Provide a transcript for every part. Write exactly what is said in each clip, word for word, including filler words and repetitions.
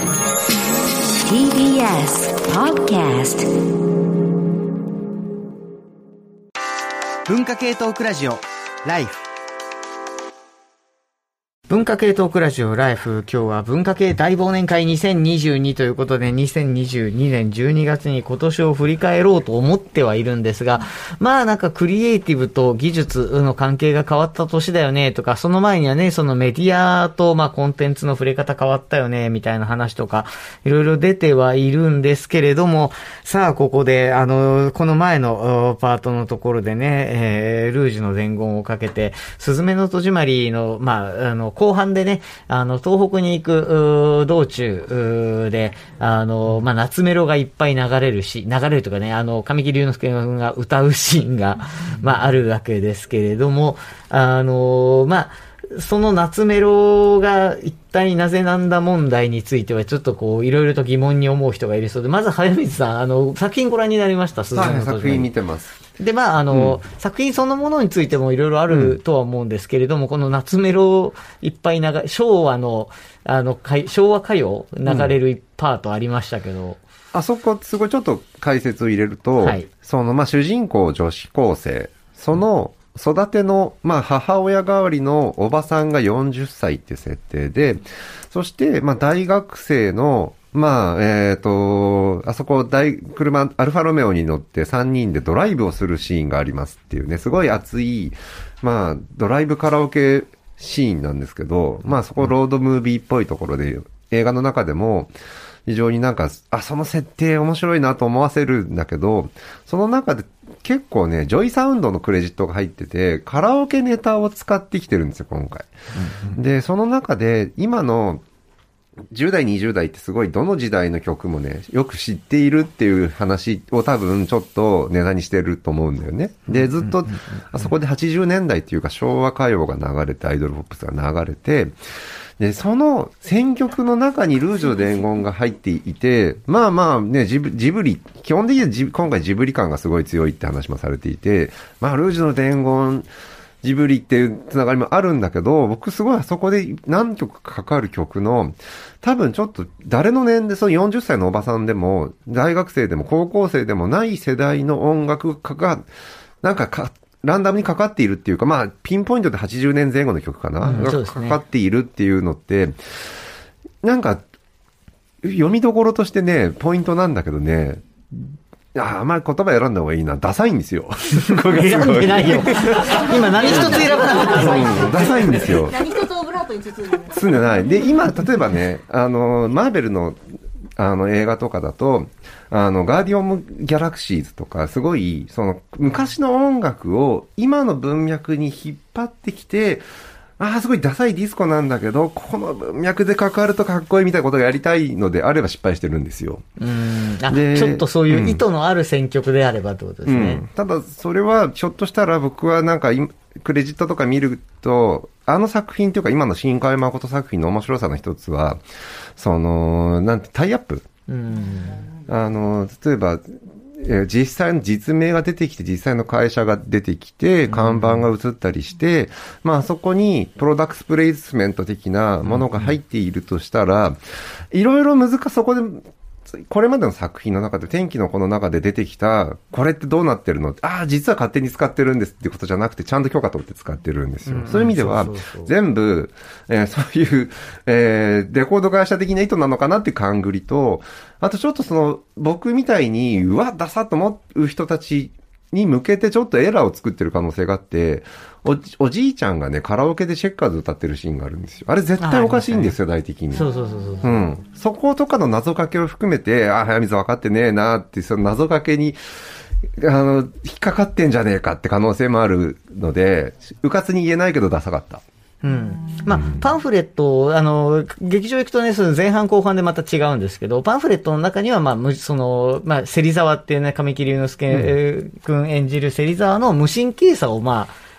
ティービーエス Podcast 文化系トークラジオライフ。 文化系トークラジオライフ、今日は文化系大忘年会にせんにじゅうにということで、にせんにじゅうにねんじゅうにがつに今年を振り返ろうと思ってはいるんですが、まあなんかクリエイティブと技術の関係が変わった年だよねとか、その前にはね、そのメディアとまあコンテンツの触れ方変わったよねみたいな話とか、いろいろ出てはいるんですけれども、さあここで、あの、この前のパートのところでね、えー、ルージュの伝言をかけて、すずめの戸締まりの、まあ、あの、後半でね、あの、東北に行く、道中で、あの、まあ、夏メロがいっぱい流れるし、流れるとかね、あの、神木隆之介君が歌うシーンが、まあ、あるわけですけれども、あの、まあ、その夏メロが一体なぜなんだ問題についてはちょっとこういろいろと疑問に思う人がいるそうで、まず早水さん、あの作品ご覧になりました？すずめの戸締まり。 作品見てます。 で、まあ、あの、うん、作品そのものについてもいろいろあるとは思うんですけれども、うん、この夏メロいっぱい流れ、昭和の、あの、昭和歌謡流れるパートありましたけど、うん、 あそこ、すごいちょっと解説を入れると、はい、その、まあ、主人公女子高生、その、育ての、まあ、母親代わりのおばさんがよんじゅっさいっていう設定で、そして、まあ、大学生の、まあ、えっと、あそこ、大、車、アルファロメオに乗ってさんにんでドライブをするシーンがありますっていうね、すごい熱い、まあ、ドライブカラオケシーンなんですけど、まあ、そこロードムービーっぽいところで、映画の中でも、非常になんか、あ、その設定面白いなと思わせるんだけど、その中で結構ね、ジョイサウンドのクレジットが入ってて、カラオケネタを使ってきてるんですよ、今回。うんうん、で、その中で、今のじゅう代、にじゅう代ってすごいどの時代の曲もね、よく知っているっていう話を多分ちょっとネタにしてると思うんだよね。で、ずっと、あそこではちじゅうねんだいっていうか昭和歌謡が流れて、アイドルポップスが流れて、で、その選曲の中にルージュの伝言が入っていて、まあまあね、ジブ、ジブリ、基本的にはジ今回ジブリ感がすごい強いって話もされていて、まあルージュの伝言、ジブリっていうつながりもあるんだけど、僕すごいあそこで何曲かかる曲の、多分ちょっと誰の年で、そのよんじゅっさいのおばさんでも、大学生でも高校生でもない世代の音楽家が、なんかか、ランダムにかかっているっていうか、まあ、ピンポイントではちじゅうねんぜん後の曲かな、うん、がかかっているっていうのって、なんか、読みどころとしてね、ポイントなんだけどね、あ, あんまり言葉選んだ方がいいな。ダサいんですよ。 選んでないよ。今何一つ選ばなかった。 うん、ダサいんですよ。 何一つオブラートに包んでない。 包んでない。で、今、例えばね、あの、マーベルの、あの、映画とかだと、あの、ガーディオン・ギャラクシーズとか、すごい、その、昔の音楽を今の文脈に引っ張ってきて、ああ、すごいダサいディスコなんだけど、この文脈で関わるとかっこいいみたいなことをやりたいのであれば失敗してるんですよ。 うーん。あ、ちょっとそういう意図のある選曲であればってことですね。 うん、ただ、それは、ひょっとしたら僕はなんか、クレジットとか見ると、あの作品というか今の新海誠作品の面白さの一つは、その、なんて、タイアップ。 うん。 あの、例えば、実際の実名が出てきて、実際の会社が出てきて、看板が映ったりして、うん、まあそこにプロダクツプレイスメント的なものが入っているとしたら、いろいろ難しい、そこで、これまでの作品の中で、天気の子の中で出てきた、これってどうなってるの？ああ、実は勝手に使ってるんですってことじゃなくて、ちゃんと許可取って使ってるんですよ。うん、そういう意味では、そうそうそう全部、えー、そういう、えー、レコード会社的な意図なのかなっていう勘繰りと、あとちょっとその、僕みたいに、うわ、ダサっと思う人たちに向けてちょっとエラーを作ってる可能性があって、おじ、おじいちゃんがね、カラオケでチェッカーズ歌ってるシーンがあるんですよ。あれ絶対おかしいんです、世代的に。 そうそうそうそう。 うん。そことかの謎かけを含めて、あ、早水分かってねえなって、その謎かけに、あの、引っかかってんじゃねえかって可能性もあるので、うかつに言えないけどダサかった。 うん。まあ、パンフレット、あの、劇場行くとね、その前半後半でまた違うんですけど、パンフレットの中には、まあ、その、まあ、芹沢っていうね、神木隆之介君演じる芹沢の無神経さを、まあ、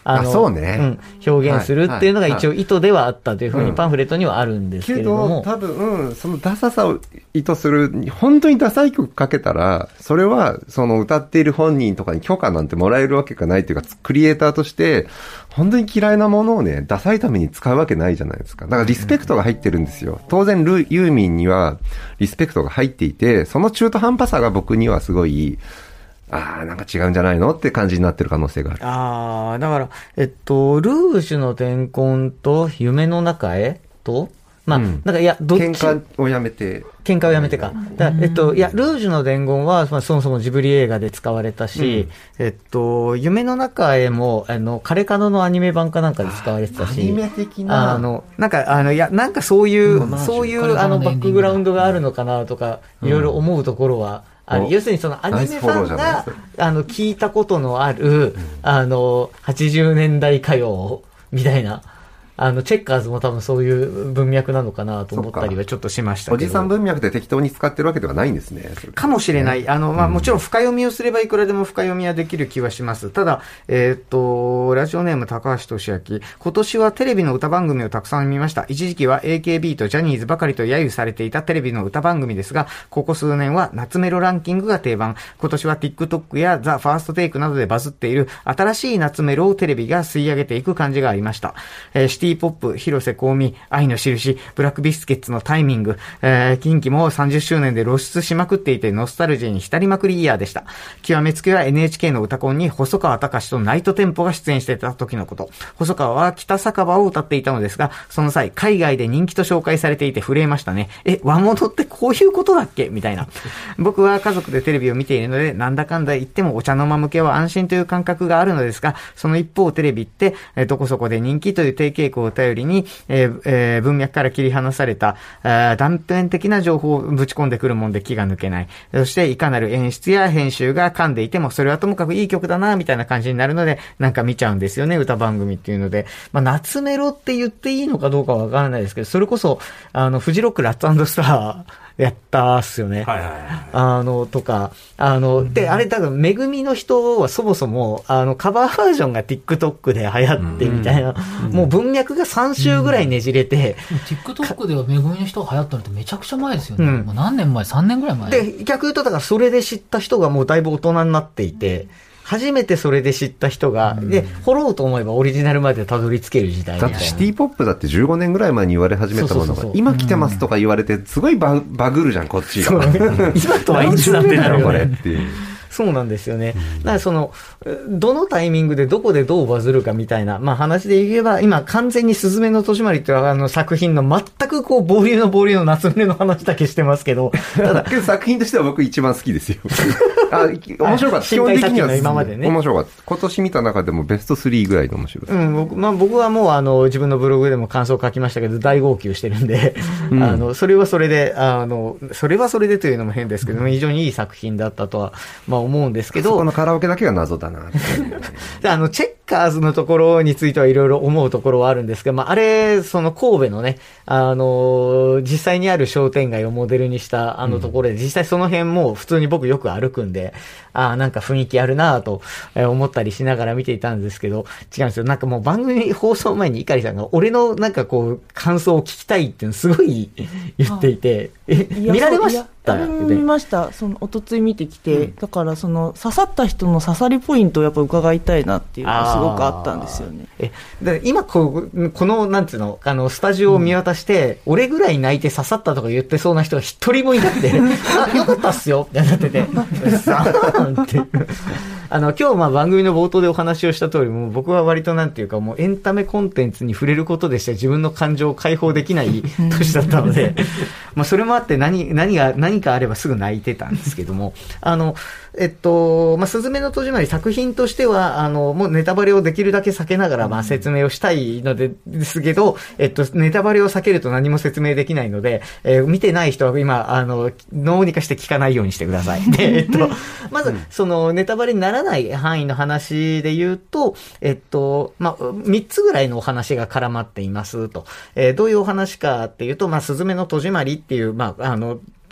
あの、 あそうね、 うん、表現するっていうのが一応意図ではあったというふうにパンフレットにはあるんですけれども。 けど、多分、そのダサさを意図する、本当にダサい曲かけたら、それは、その歌っている本人とかに許可なんてもらえるわけがないというか、クリエイターとして、本当に嫌いなものをね、ダサいために使うわけないじゃないですか。だからリスペクトが入ってるんですよ。当然、ルユーミンにはリスペクトが入っていて、その中途半端さが僕にはすごい、ああ、なんか違うんじゃないのって感じになってる可能性がある。 ああ、だから、えっと、ルージュの伝言と夢の中へと、まあ、うん、なんかいや、どっち。 喧嘩をやめて。 喧嘩をやめてか。だえっと、いや、ルージュの伝言は、まあ、そもそもジブリ映画で使われたし、うん、えっと、夢の中へも、あの、カレカノのアニメ版かなんかで使われてたし、 アニメ的な。 あの、なんか、あの、いや、なんかそういう、うん、そういう、あの、バックグラウンドがあるのかなとか、いろいろ思うところは、あの要するにそのアニメファンがあの聞いたことのある、あの、はちじゅうねんだい歌謡みたいな、あの、チェッカーズも多分そういう文脈なのかなと思ったりはちょっとしましたけど。 おじさん文脈で適当に使ってるわけではないんですね。 かもしれない。あの、まあ、もちろん深読みをすればいくらでも深読みはできる気はします。ただ、えっと、ラジオネーム高橋俊明。今年はテレビの歌番組をたくさん見ました。一時期は エーケービー とジャニーズばかりと揶揄されていたテレビの歌番組ですが、ここ数年は夏メロランキングが定番。今年は TikTok やザ・ファーストテイクなどでバズっている新しい夏メロをテレビが吸い上げていく感じがありました。えー、シティポップ、広瀬香美、愛の印、ブラックビスケッツのタイミング、えー、近畿もさんじゅっしゅうねんで露出しまくっていてノスタルジーに浸りまくりイヤーでした。極めつけは エヌエイチケー の歌コンに細川たかしとナイトテンポが出演していた時のこと。細川は北酒場を歌っていたのですが、その際海外で人気と紹介されていて震えましたね。え、和物ってこういうことだっけみたいな。僕は家族でテレビを見ているので、なんだかんだ言ってもお茶の間向けは安心という感覚があるのですが、その一方テレビって、えー、どこそこで人気という低傾向を頼りに、えーえー、文脈から切り離された、えー、断片的な情報をぶち込んでくるもんで気が抜けない。そしていかなる演出や編集が噛んでいても、それはともかくいい曲だなみたいな感じになるので、なんか見ちゃうんですよね、歌番組っていうので。まあ、夏メロって言っていいのかどうかわからないですけど、それこそあのフジロックラッツ&スターやったっすよね。はいはいはい。あの、とか、あの、で、あれ、だから、めぐみの人はそもそも、あの、カバーバージョンが TikTok で流行ってみたいな、うん、もう文脈がさん週ぐらいねじれて。 うん、TikTok ではめぐみの人が流行ったのってめちゃくちゃ前ですよね。うん、もう何年前 ?さんねんぐらい前。 で、逆言うと、だからそれで知った人がもうだいぶ大人になっていて、初めてそれで知った人が、うん、で、掘ろうと思えばオリジナルまでたどり着ける時代みたいな。 だってシティポップだってじゅうごねんぐらい前に言われ始めたものが、今来てますとか言われて、すごいバ, バグるじゃん、こっちが。 今とはいつだってなるこれっていう。 そうなんですよね。だからその、どのタイミングでどこでどうバズるかみたいな、まあ話で言えば、今完全にすずめの戸締まりっていうあの作品の全くこう、ボリューのボリューの夏目の話だけしてますけど、ただ、 作品としては僕一番好きですよ。あ、面白かった。基本的には今までね。面白かった。今年見た中でもベストスリーぐらいの面白い。 うん、僕、まあ僕はもうあの、自分のブログでも感想を書きましたけど、大号泣してるんで、うん、あの、それはそれで、あの、それはそれでというのも変ですけど、うん、非常にいい作品だったとは、まあ思うんですけど、 このカラオケだけが謎だなってあのチェッカーズのところについてはいろいろ思うところはあるんですけど、まあ、あれその神戸のね、あの実際にある商店街をモデルにしたあのところで、うん、実際その辺も普通に僕よく歩くんで、あなんか雰囲気あるなと思ったりしながら見ていたんですけど、違うんですよ。なんかもう番組放送前に碇さんが俺のなんかこう感想を聞きたいっていうのすごい言っていて、え見られました？ 見ました。そのおとつい見てきて、うん、だからその刺さった人の刺さりポイントをやっぱ伺いたいなっていうのがすごくあったんですよね。 えだ今こうこのなんつうのあのスタジオを見渡して、うん、俺ぐらい泣いて刺さったとか言ってそうな人が一人もいなくてあよかったっすよってなっててさあってあの今日まあ番組の冒頭でお話をした通り、もう僕は割となんていうかもうエンタメコンテンツに触れることでして自分の感情を解放できない年だったのでまあそれもあって何何が何かあればすぐ泣いてたんですけども、あのえっとまあすずめの戸締まり作品としてはあのもうネタバレをできるだけ避けながらまあ説明をしたいのでですけど、えっとネタバレを避けると何も説明できないので、えー、見てない人は今あのどうにかして聞かないようにしてください。でえっとまずそのネタバレにならない範囲の話で言うと、えっとまあみっつぐらいのお話が絡まっていますと、えー、どういうお話かっていうと、まあすずめの戸締まりっていうまああの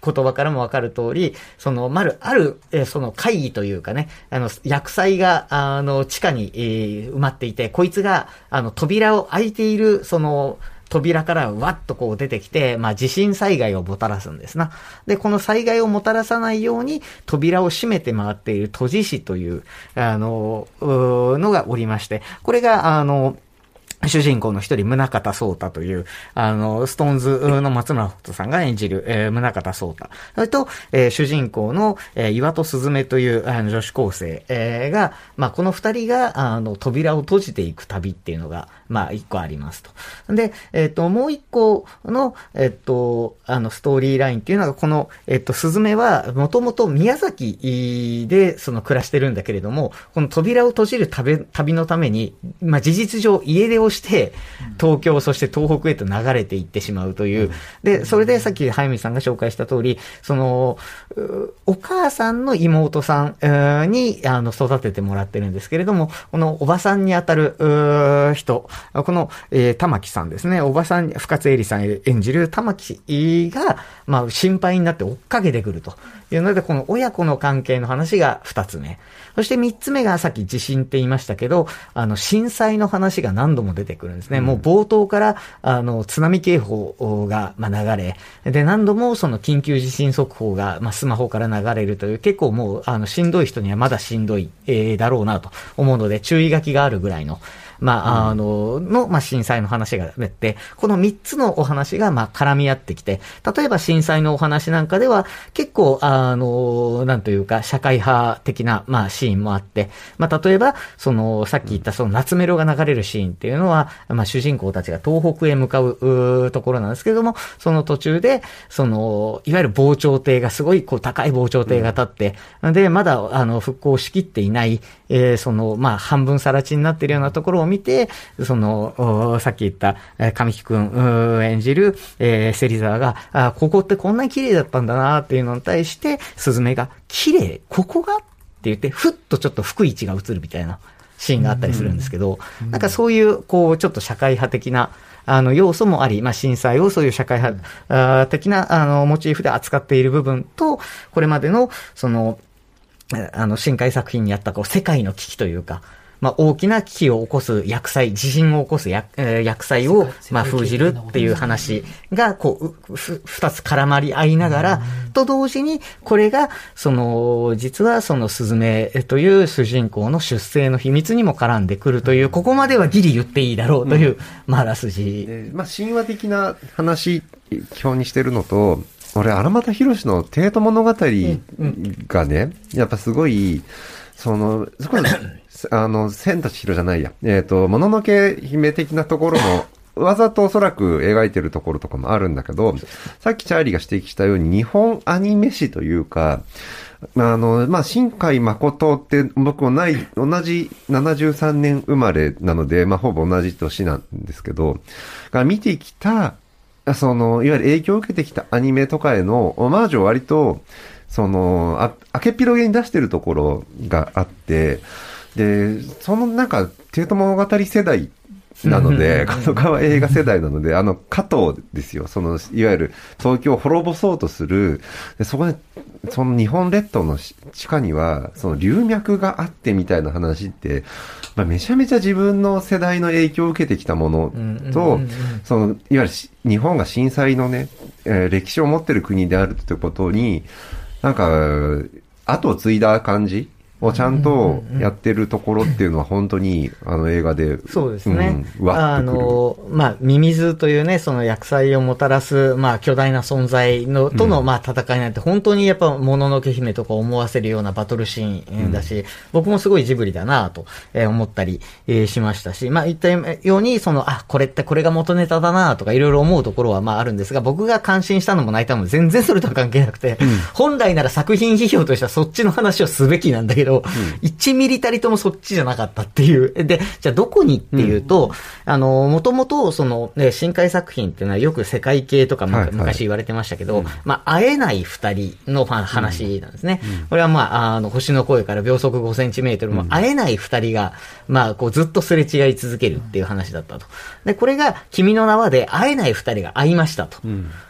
言葉からもわかる通り、その、まる、ある、えー、その会議というかね、あの、厄災が、あの、地下に、えー、埋まっていて、こいつが、あの、扉を開いている、その、扉からわっとこう出てきて、まあ地震災害をもたらすんですな。で、この災害をもたらさないように扉を閉めて回っている閉じ師という、あの、のがおりまして、これが、あの、主人公の一人、宗像草太という、あの、ストーンズの松村北斗さんが演じる、えー、宗像草太。それと、えー、主人公の、えー、岩戸すずめという、あの、女子高生、えー、が、まあ、この二人が、あの、扉を閉じていく旅っていうのが、まあ、一個ありますと。で、えっと、もう一個の、えっと、あの、ストーリーラインっていうのが、この、えっと、すずめは、もともと宮崎で、その、暮らしてるんだけれども、この扉を閉じる旅、旅のために、まあ、事実上、家出をして、東京、そして東北へと流れていってしまうという。で、それでさっき、早見さんが紹介した通り、その、お母さんの妹さんに、あの、育ててもらってるんですけれども、このおばさんにあたる、人、この、えー、玉木さんですね。おばさん、深津絵里さん演じる玉木が、まあ、心配になって追っかけてくるというので、この親子の関係の話が二つ目。そして三つ目がさっき地震って言いましたけど、あの、震災の話が何度も出てくるんですね。うん、もう冒頭から、あの、津波警報が、まあ、流れ、で、何度もその緊急地震速報が、まあ、スマホから流れるという、結構もう、あの、しんどい人にはまだしんどい、えー、だろうなと思うので、注意書きがあるぐらいの、まあ、あの、の、まあ、震災の話が出て、この三つのお話が、まあ、絡み合ってきて、例えば震災のお話なんかでは、結構、あの、なんというか、社会派的な、まあ、シーンもあって、まあ、例えば、その、さっき言ったその夏メロが流れるシーンっていうのは、まあ、主人公たちが東北へ向かう、ところなんですけれども、その途中で、その、いわゆる防潮堤がすごい、こう、高い防潮堤が立って、うん、で、まだ、あの、復興しきっていない、えー、その、まあ、半分さら地になっているようなところを見て、その、さっき言った、神木くん演じる、えー、芹沢が、あ、ここってこんなに綺麗だったんだなっていうのに対して、スズメが、綺麗ここがって言って、ふっとちょっと吹く位置が映るみたいなシーンがあったりするんですけど、うん、なんかそういう、こう、ちょっと社会派的な、あの、要素もあり、まあ、震災をそういう社会派的な、あの、モチーフで扱っている部分と、これまでの、その、あの、深海作品にあった、こう、世界の危機というか、まあ、大きな危機を起こす厄災、地震を起こす厄、えー、厄災を、まあ、封じるっていう話が、こう、ふ、二つ絡まり合いながら、と同時に、これが、その、実はそのスズメという主人公の出生の秘密にも絡んでくるという、ここまではギリ言っていいだろうという、うん、まあ、あらすじ。 まあ、神話的な話、基本にしてるのと、俺、荒俣博の帝都物語がね、うんうん、やっぱすごい、その、そこの、あの、千と千尋じゃないや。えっと、もののけ姫的なところも、わざとおそらく描いてるところとかもあるんだけど、さっきチャーリーが指摘したように、日本アニメ史というか、あの、まあ、新海誠って僕もない、同じななじゅうさんねん生まれなので、まあ、ほぼ同じ年なんですけど、が見てきた、その、いわゆる影響を受けてきたアニメとかへのオマージュを割と、その、あ、明けっぴろげに出してるところがあって、で、そのなんか、帝都物語世代なので、角川映画世代なので、あの、加藤ですよ。その、いわゆる東京を滅ぼそうとする、でそこで、その日本列島の地下には、その流脈があってみたいな話って、まあ、めちゃめちゃ自分の世代の影響を受けてきたものと、その、いわゆる日本が震災のね、えー、歴史を持ってる国であるってことに、なんか、後を継いだ感じをちゃんとやってるところっていうのは本当にあの映画で、 そうですね。うん、あの、まあ、ミミズというね、その厄災をもたらす、まあ、巨大な存在の、との、まあ、戦いなんて本当にやっぱ、もののけ姫とか思わせるようなバトルシーンだし、うん、僕もすごいジブリだなと思ったりしましたし、まあ、言ったように、その、あ、これってこれが元ネタだなとかいろいろ思うところはまああるんですが、僕が感心したのも泣いたのも全然それとは関係なくて、うん、本来なら作品批評としてはそっちの話をすべきなんだけど、うん、いちミリたりともそっちじゃなかったっていう。で、じゃあどこにっていうと、うん、あの、もともとその、ね、深海作品っていうのはよく世界系とかも昔言われてましたけど、はいはい、まあ、会えない二人の話なんですね。うん、これはまあ、あの、星の声から秒速ごセンチメートルも会えない二人が、まあ、こうずっとすれ違い続けるっていう話だったと。で、これが君の名はで会えない二人が会いましたと。うん、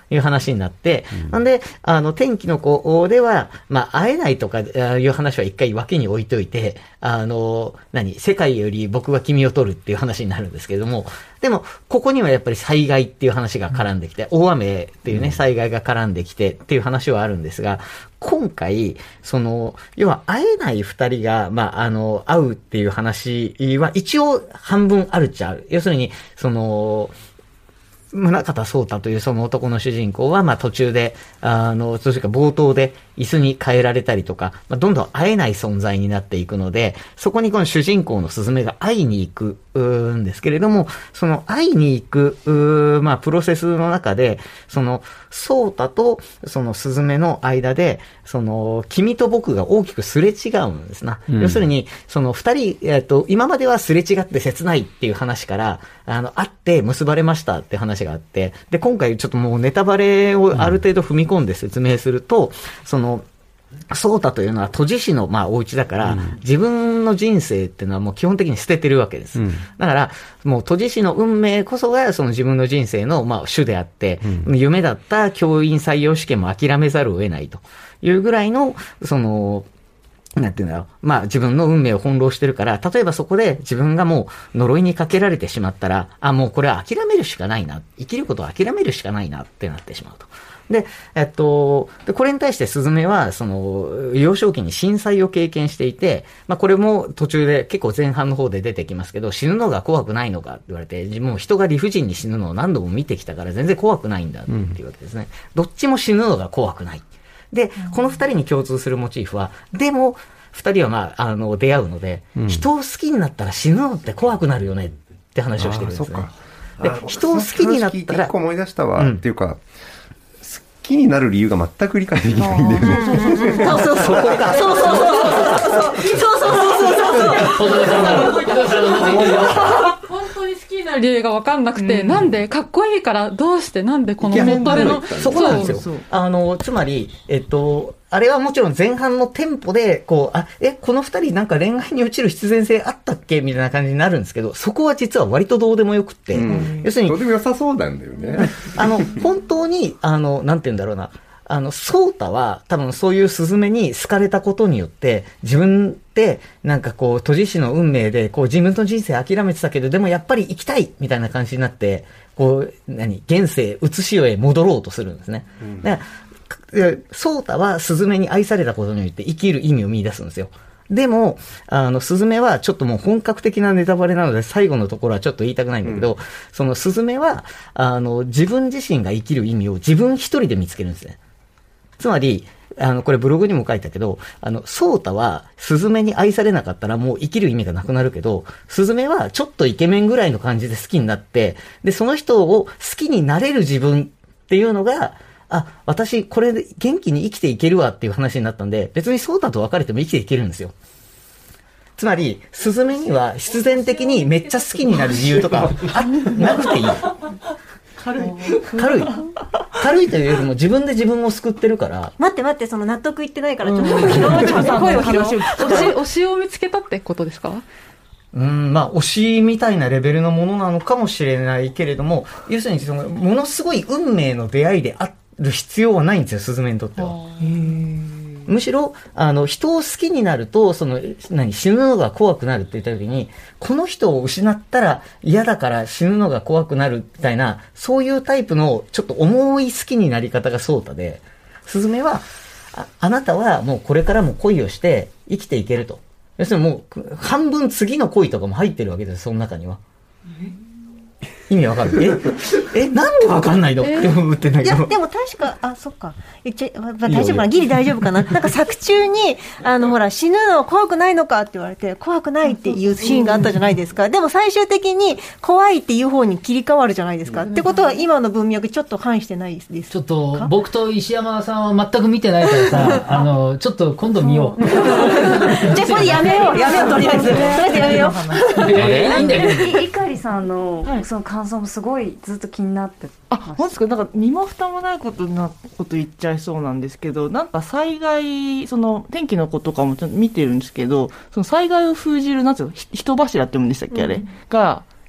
いう話になって、うん、なんで、あの、天気の子では、まあ、会えないとかいう話は一回脇に置いといて、あの、何、世界より僕は君を取るっていう話になるんですけれども、でも、ここにはやっぱり災害っていう話が絡んできて、大雨っていうね、災害が絡んできてっていう話はあるんですが、今回、その、要は会えない二人が、まあ、あの、会うっていう話は一応半分あるっちゃある。要するに、その、宗像草太というその男の主人公は、まあ途中で、あの、それか冒頭で椅子に変えられたりとか、まあ、どんどん会えない存在になっていくので、そこにこの主人公のスズメが会いに行くんですけれども、その会いに行く、まあプロセスの中で、その、草太とそのスズメの間で、その、君と僕が大きくすれ違うんですな。うん、要するに、その二人、えっと、今まではすれ違って切ないっていう話から、あの、会って結ばれましたって話があって、で、今回ちょっともうネタバレをある程度踏み込んで説明すると、うん、その、草太というのは都知事のまあお家だから、うん、自分の人生っていうのはもう基本的に捨ててるわけです。うん、だから、もう都知事の運命こそがその自分の人生のまあ主であって、うん、夢だった教員採用試験も諦めざるを得ないというぐらいの、その、なんていうんだろう。まあ自分の運命を翻弄してるから、例えばそこで自分がもう呪いにかけられてしまったら、あ、もうこれは諦めるしかないな。生きることを諦めるしかないなってなってしまうと。で、えっと、で、これに対してスズメは、その、幼少期に震災を経験していて、まあこれも途中で結構前半の方で出てきますけど、死ぬのが怖くないのかって言われて、自分も人が理不尽に死ぬのを何度も見てきたから全然怖くないんだっていうわけですね。うん、どっちも死ぬのが怖くない。で、この二人に共通するモチーフは、でも、二人はまあ、あの、出会うので、うん、人を好きになったら死ぬのって怖くなるよねって話をしてるんですね。で、人を好きになったら。 一個思い出したわ、うん、っていうか、好きになる理由が全く理解できないんだよね。そうそうそう。そうそうそう。そうそうそう。そうそうそうそう。 本当に好きな理由が分かんなくて、うん、なんでかっこいいからどうしてなんでこの元でのそこなんですよ。あのつまりえっと。あれはもちろん前半のテンポで、こう、あ、え、この二人なんか恋愛に落ちる必然性あったっけみたいな感じになるんですけど、そこは実は割とどうでもよくって、うん、要するに。 どうでも良さそうなんだよね。 あの、本当に、あの、なんて言うんだろうな。あの、ソータは多分そういうスズメに好かれたことによって、自分ってなんかこう、都知事の運命で、こう自分の人生諦めてたけど、でもやっぱり生きたいみたいな感じになって、こう、何、現世、うつし世へ戻ろうとするんですね。うん、だからソータはスズメに愛されたことによって生きる意味を見出すんですよ。でも、あの、スズメはちょっともう本格的なネタバレなので最後のところはちょっと言いたくないんだけど、うん、そのスズメは、あの、自分自身が生きる意味を自分一人で見つけるんですね。つまり、あの、これブログにも書いたけど、あの、ソータはスズメに愛されなかったらもう生きる意味がなくなるけど、スズメはちょっとイケメンぐらいの感じで好きになって、で、その人を好きになれる自分っていうのが、あ、私、これで元気に生きていけるわっていう話になったんで、別にソータと別れても生きていけるんですよ。つまり、スズメには必然的にめっちゃ好きになる理由とか、あ、なくていい。軽い。軽い。軽いというよりも自分で自分を救ってるから。 待って待って、その納得いってないから、ちょっと、ひろみちょさん声を拾う。 推しを見つけたってことですか？ うん、まあ、推しみたいなレベルのものなのかもしれないけれども、要するにその、ものすごい運命の出会いである必要はないんですよ、スズメにとっては。むしろ、あの、人を好きになると、その、何、死ぬのが怖くなるって言った時に、この人を失ったら嫌だから死ぬのが怖くなるみたいな、そういうタイプのちょっと重い好きになり方がソータで、スズメは、あ、あなたはもうこれからも恋をして生きていけると。要するにもう、半分次の恋とかも入ってるわけです、その中には。意味わかる？ええ、なんでわかんないのって思ってんだけど。 いや、でも確か、あ、そっか。言っちゃ、まあ、大丈夫かな？ギリ大丈夫かな？なんか作中に、あの、ほら、死ぬの怖くないのかって言われて、怖くないっていうシーンがあったじゃないですか。でも最終的に、怖いっていう方に切り替わるじゃないですか。ってことは、今の文脈ちょっと反してないですか？ ちょっと、僕と石山さんは全く見てないからさ、あの、ちょっと今度見よう。じゃあ、これやめよう。やめよう、とりあえず。とりあえずやめよう。 えー、なんでいかりさんの、その感想もすごいずっと気になってあ、本当ですか。なんか身も蓋もないことなこと言っちゃいそうなんですけど、なんか災害、その天気の子とかもちょっと見てるんですけど、その災害を封じるなんていうの、人柱って言うんでしたっけ、あれ、うん、が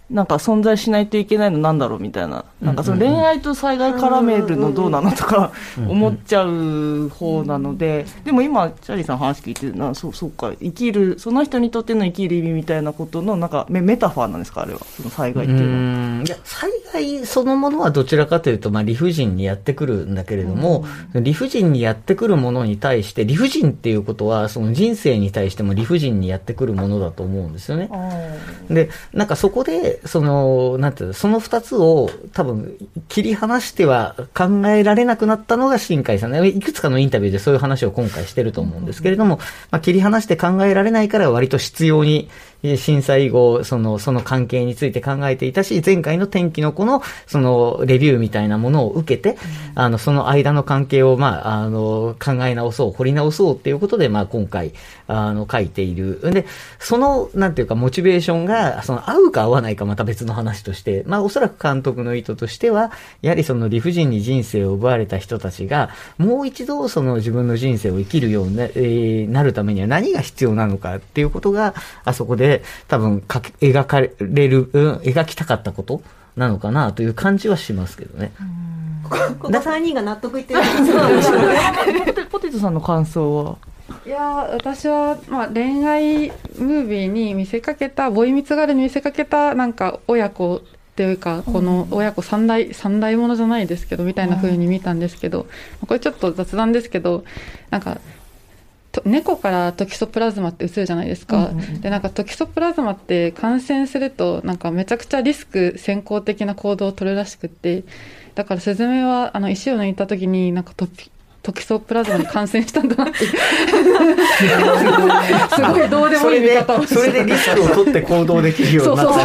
なんか存在しないといけないのなんだろうみたいな、なんかその恋愛と災害絡めるのどうなのとか思っちゃう方なので、でも今チャーリーさん話聞いてな、そうそうか、生きるその人にとっての生きる意味みたいなことのなんかメメタファーなんですか、あれは、その災害っていうのは。 うーん、いや災害そのものはどちらかというと、まあ、理不尽にやってくるんだけれども、理不尽にやってくるものに対して、理不尽っていうことはその人生に対しても理不尽にやってくるものだと思うんですよね。で、なんかそこでそのなんていうの、その二つを多分切り離しては考えられなくなったのが新海さんね。いくつかのインタビューでそういう話を今回してると思うんですけれども、まあ、切り離して考えられないから割と必要に震災後そのその関係について考えていたし、前回の天気の子のそのレビューみたいなものを受けて、あのその間の関係をまああの考え直そう、掘り直そうっていうことで、まあ今回あの書いている。で、そのなんていうかモチベーションがその合うか合わないかまた別の話として、まあおそらく監督の意図としては、やはりその理不尽に人生を奪われた人たちがもう一度その自分の人生を生きるようにな、えー、なるためには何が必要なのかっていうことがあそこで多分かけ描かれる、うん、描きたかったことなのかなという感じはしますけどね。 このさんにんが納得いってないんですよ。ポテトさんの感想は。 いや私は、まあ、恋愛ムービーに見せかけた、ボーイミツガールに見せかけたなんか親子っていうか、この親子三代三代ものじゃないですけどみたいな風に見たんですけど、これちょっと雑談ですけど、なんか猫からトキソプラズマって移るじゃないですか、うんうん、でなんかトキソプラズマって感染するとなんかめちゃくちゃリスク先行的な行動を取るらしくって、だからスズメはあの石を抜いた時になんかトピトキソプラズマに感染したんだなってすごいどうでもいい見方をして、 それでリスクを取って行動できるようになった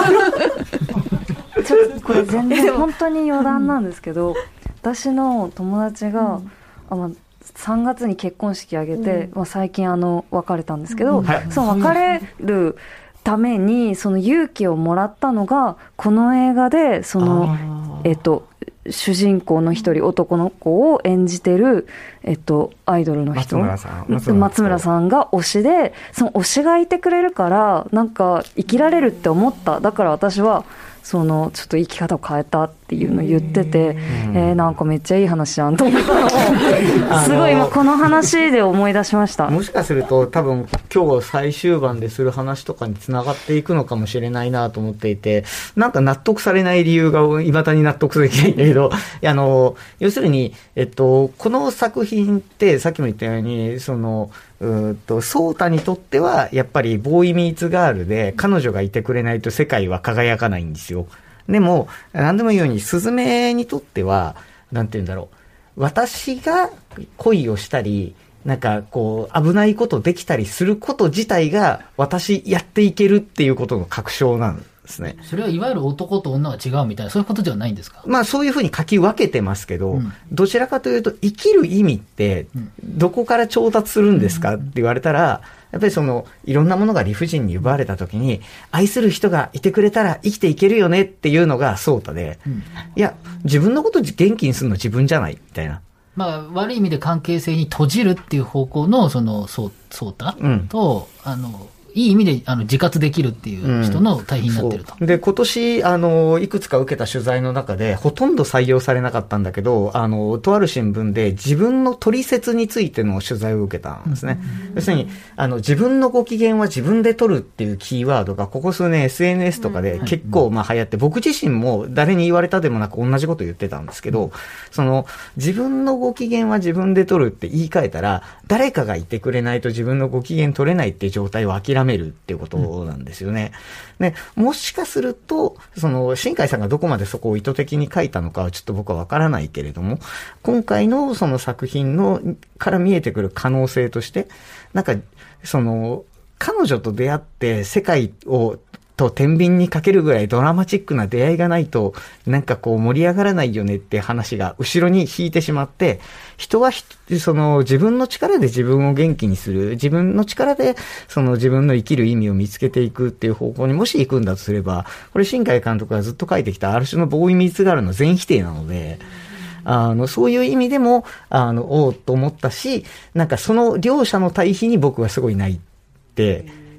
ちょっとこれ全然本当に余談なんですけど、私の友達が、うん、あまあさんがつに結婚式挙げて、うん、まあ、最近あの別れたんですけど、うん、その別れるためにその勇気をもらったのがこの映画でその、えっと、主人公の一人男の子を演じてる、えっと、アイドルの人松村さん松村松村さんが推しで、その推しがいてくれるからなんか生きられるって思った。だから私はそのちょっと生き方を変えたっていうのを言ってて、えー、なんかめっちゃいい話じゃんと思ったのをすごい今この話で思い出しました。 もしかすると多分今日最終盤でする話とかにつながっていくのかもしれないなと思っていて、なんか納得されない理由がいまだに納得できないんだけど、あの要するに、えっと、この作品ってさっきも言ったようにそのうとソータにとってはやっぱりボーイミーツガールで彼女がいてくれないと世界は輝かないんですよ。でも何でも言うようにスズメにとってはなんて言うんだろう、私が恋をしたりなんかこう危ないことできたりすること自体が私やっていけるっていうことの確証なんですね。 それはいわゆる男と女が違うみたいなそういうことではないんですか。 まあそういうふうに書き分けてますけど、うん、どちらかというと生きる意味ってどこから調達するんですかって言われたら、やっぱりそのいろんなものが理不尽に奪われた時に愛する人がいてくれたら生きていけるよねっていうのがソータで、うん、いや自分のこと元気にするの自分じゃないみたいな、 まあ悪い意味で関係性に閉じるっていう方向のそのソータ、うん、とあのいい意味であの自活できるっていう人の対比になってると、 うん、で今年あのいくつか受けた取材の中でほとんど採用されなかったんだけど、あのとある新聞で自分の取説についての取材を受けたんですね、うん、要するにあの自分のご機嫌は自分で取るっていうキーワードがここ数年 エスエヌエス とかで結構まあ流行って、僕自身も誰に言われたでもなく同じこと言ってたんですけど、その自分のご機嫌は自分で取るって言い換えたら誰かがいてくれないと自分のご機嫌取れないっていう状態を諦めめるっていうことなんですよね。で、もしかするとその新海さんがどこまでそこを意図的に書いたのかはちょっと僕はわからないけれども、今回のその作品のから見えてくる可能性として、なんかその彼女と出会って世界をと天秤にかけるぐらいドラマチックな出会いがないとなんかこう盛り上がらないよねって話が後ろに引いてしまって、人はその自分の力で自分を元気にする、自分の力でその自分の生きる意味を見つけていくっていう方向にもし行くんだとすれば、これ新海監督がずっと書いてきたある種のボーイミーツガールの全否定なので、あのそういう意味でもあのおうと思ったし、なんかその両者の対比に僕はすごい泣いて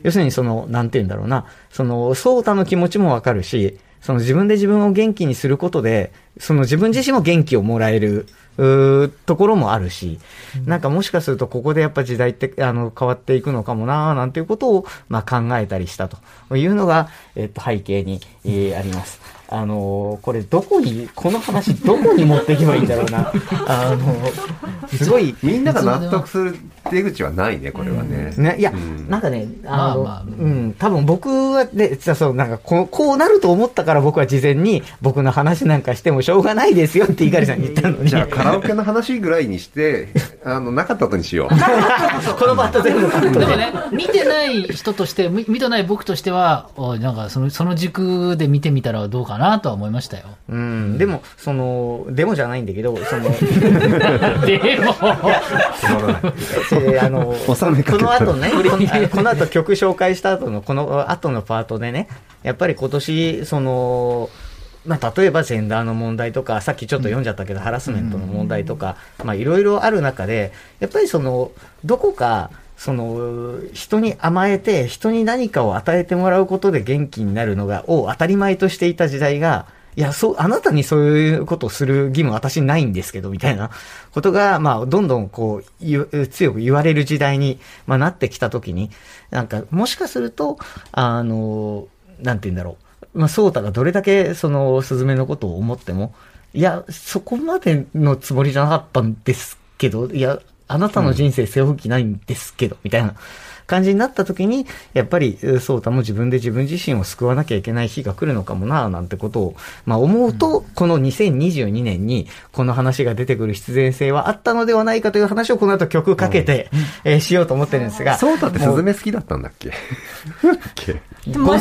要するにその、なんて言うんだろうな、その、ソータの気持ちもわかるし、その自分で自分を元気にすることで、その自分自身も元気をもらえる、うところもあるし、なんかもしかするとここでやっぱ時代ってあの変わっていくのかもなーなんていうことをまあ考えたりしたというのが、えっと、背景に、えー、あります。あのー、これどこに、この話どこに持っていけばいいんだろうな。あのー、すごい。 みんなが納得する出口はないね、これはね。 うん、ね、いや、うん、なんかね、あの、まあまあ、うん、多分僕はね、そう、なんかこう、こうなると思ったから僕は事前に僕の話なんかしてもしょうがないですよって猪狩さんに言ったのに。 じゃあカラオケの話ぐらいにして、あの、なかったことにしよう。 このバット全部カットでもね、見てない人として、見てない僕としては、おなんかその、その軸で見てみたらどうかなとは思いましたよ。 うん、でも、その、でもじゃないんだけど、その、 でも、 えー、あの、この後ね、この後曲紹介した後の、この後のパートでね、やっぱり今年、その、まあ、例えばジェンダーの問題とか、さっきちょっと読んじゃったけど、ハラスメントの問題とか、まあ、いろいろある中で、やっぱりその、どこか、その、人に甘えて、人に何かを与えてもらうことで元気になるのが、を当たり前としていた時代が、いや、そう、あなたにそういうことをする義務は私にないんですけど、みたいなことが、まあ、どんどんこう、強く言われる時代に、まあ、なってきたときに、なんか、もしかすると、あの、なんて言うんだろう。まあ、ソータがどれだけ、その、スズメのことを思っても、いや、そこまでのつもりじゃなかったんですけど、いや、あなたの人生背負う気ないんですけど、うん、みたいな感じになった時に、やっぱり、ソータも自分で自分自身を救わなきゃいけない日が来るのかもな、なんてことを、まあ思うと、うん、このにせんにじゅうにねんに、この話が出てくる必然性はあったのではないかという話をこの後曲かけて、うん、えー、しようと思ってるんですが。 ソータってスズメ好きだったんだっけごっ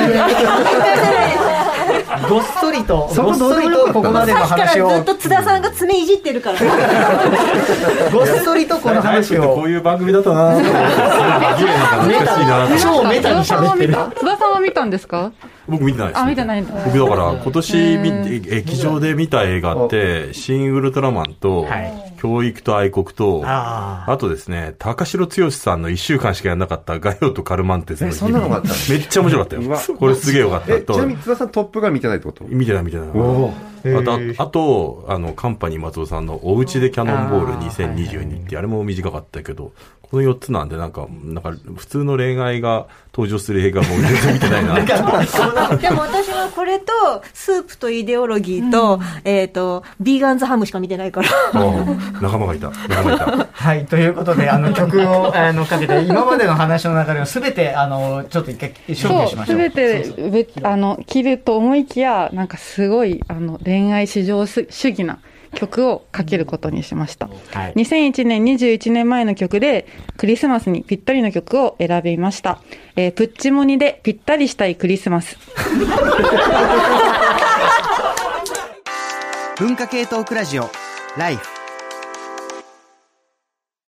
そりと、ごっそりとここまでの話を。 ずっと津田さんが爪いじってるから。 ごっそりとこの話を。 こういう番組だったなぁ。 超メタに喋ってる。 津田さんは見たんですか？ 僕見てないです、ね。 あ、見てないんだ。 僕だから今年見て劇場で見た映画って新ウルトラマンと、はい、教育と愛国と あ, あとですね高城剛さんのいっしゅうかんしかやらなかったガヨとカルマンテスのそんなのがあっためっちゃ面白かったよ。これすげえよかったと。 ちなみに津田さんトップガン見てないってこと？ 見てない見てない。おあと、あと、あの、カンパニー松尾さんのおうちでキャノンボールにせんにじゅうにって、あれも短かったけど、このよっつなんで、なんか、なんか、普通の恋愛が登場する映画も全然見てないな。 でも私はこれと、スープとイデオロギーと、うん、えっと、ビーガンズハムしか見てないから。 仲間がいた。仲間いた。 はい、ということで、あの、曲を、あの、かけて、今までの話の流れをすべて、あの、ちょっと一回、消去しましょう。 すべて、あの、切ると思いきや、なんかすごい、あの、恋愛至上主義な曲をかけることにしました、はい、にせんいちねんにじゅういちねんまえの曲でクリスマスにぴったりの曲を選びました、えー、プッチモニでぴったりしたいクリスマス文化系トークラジオライフ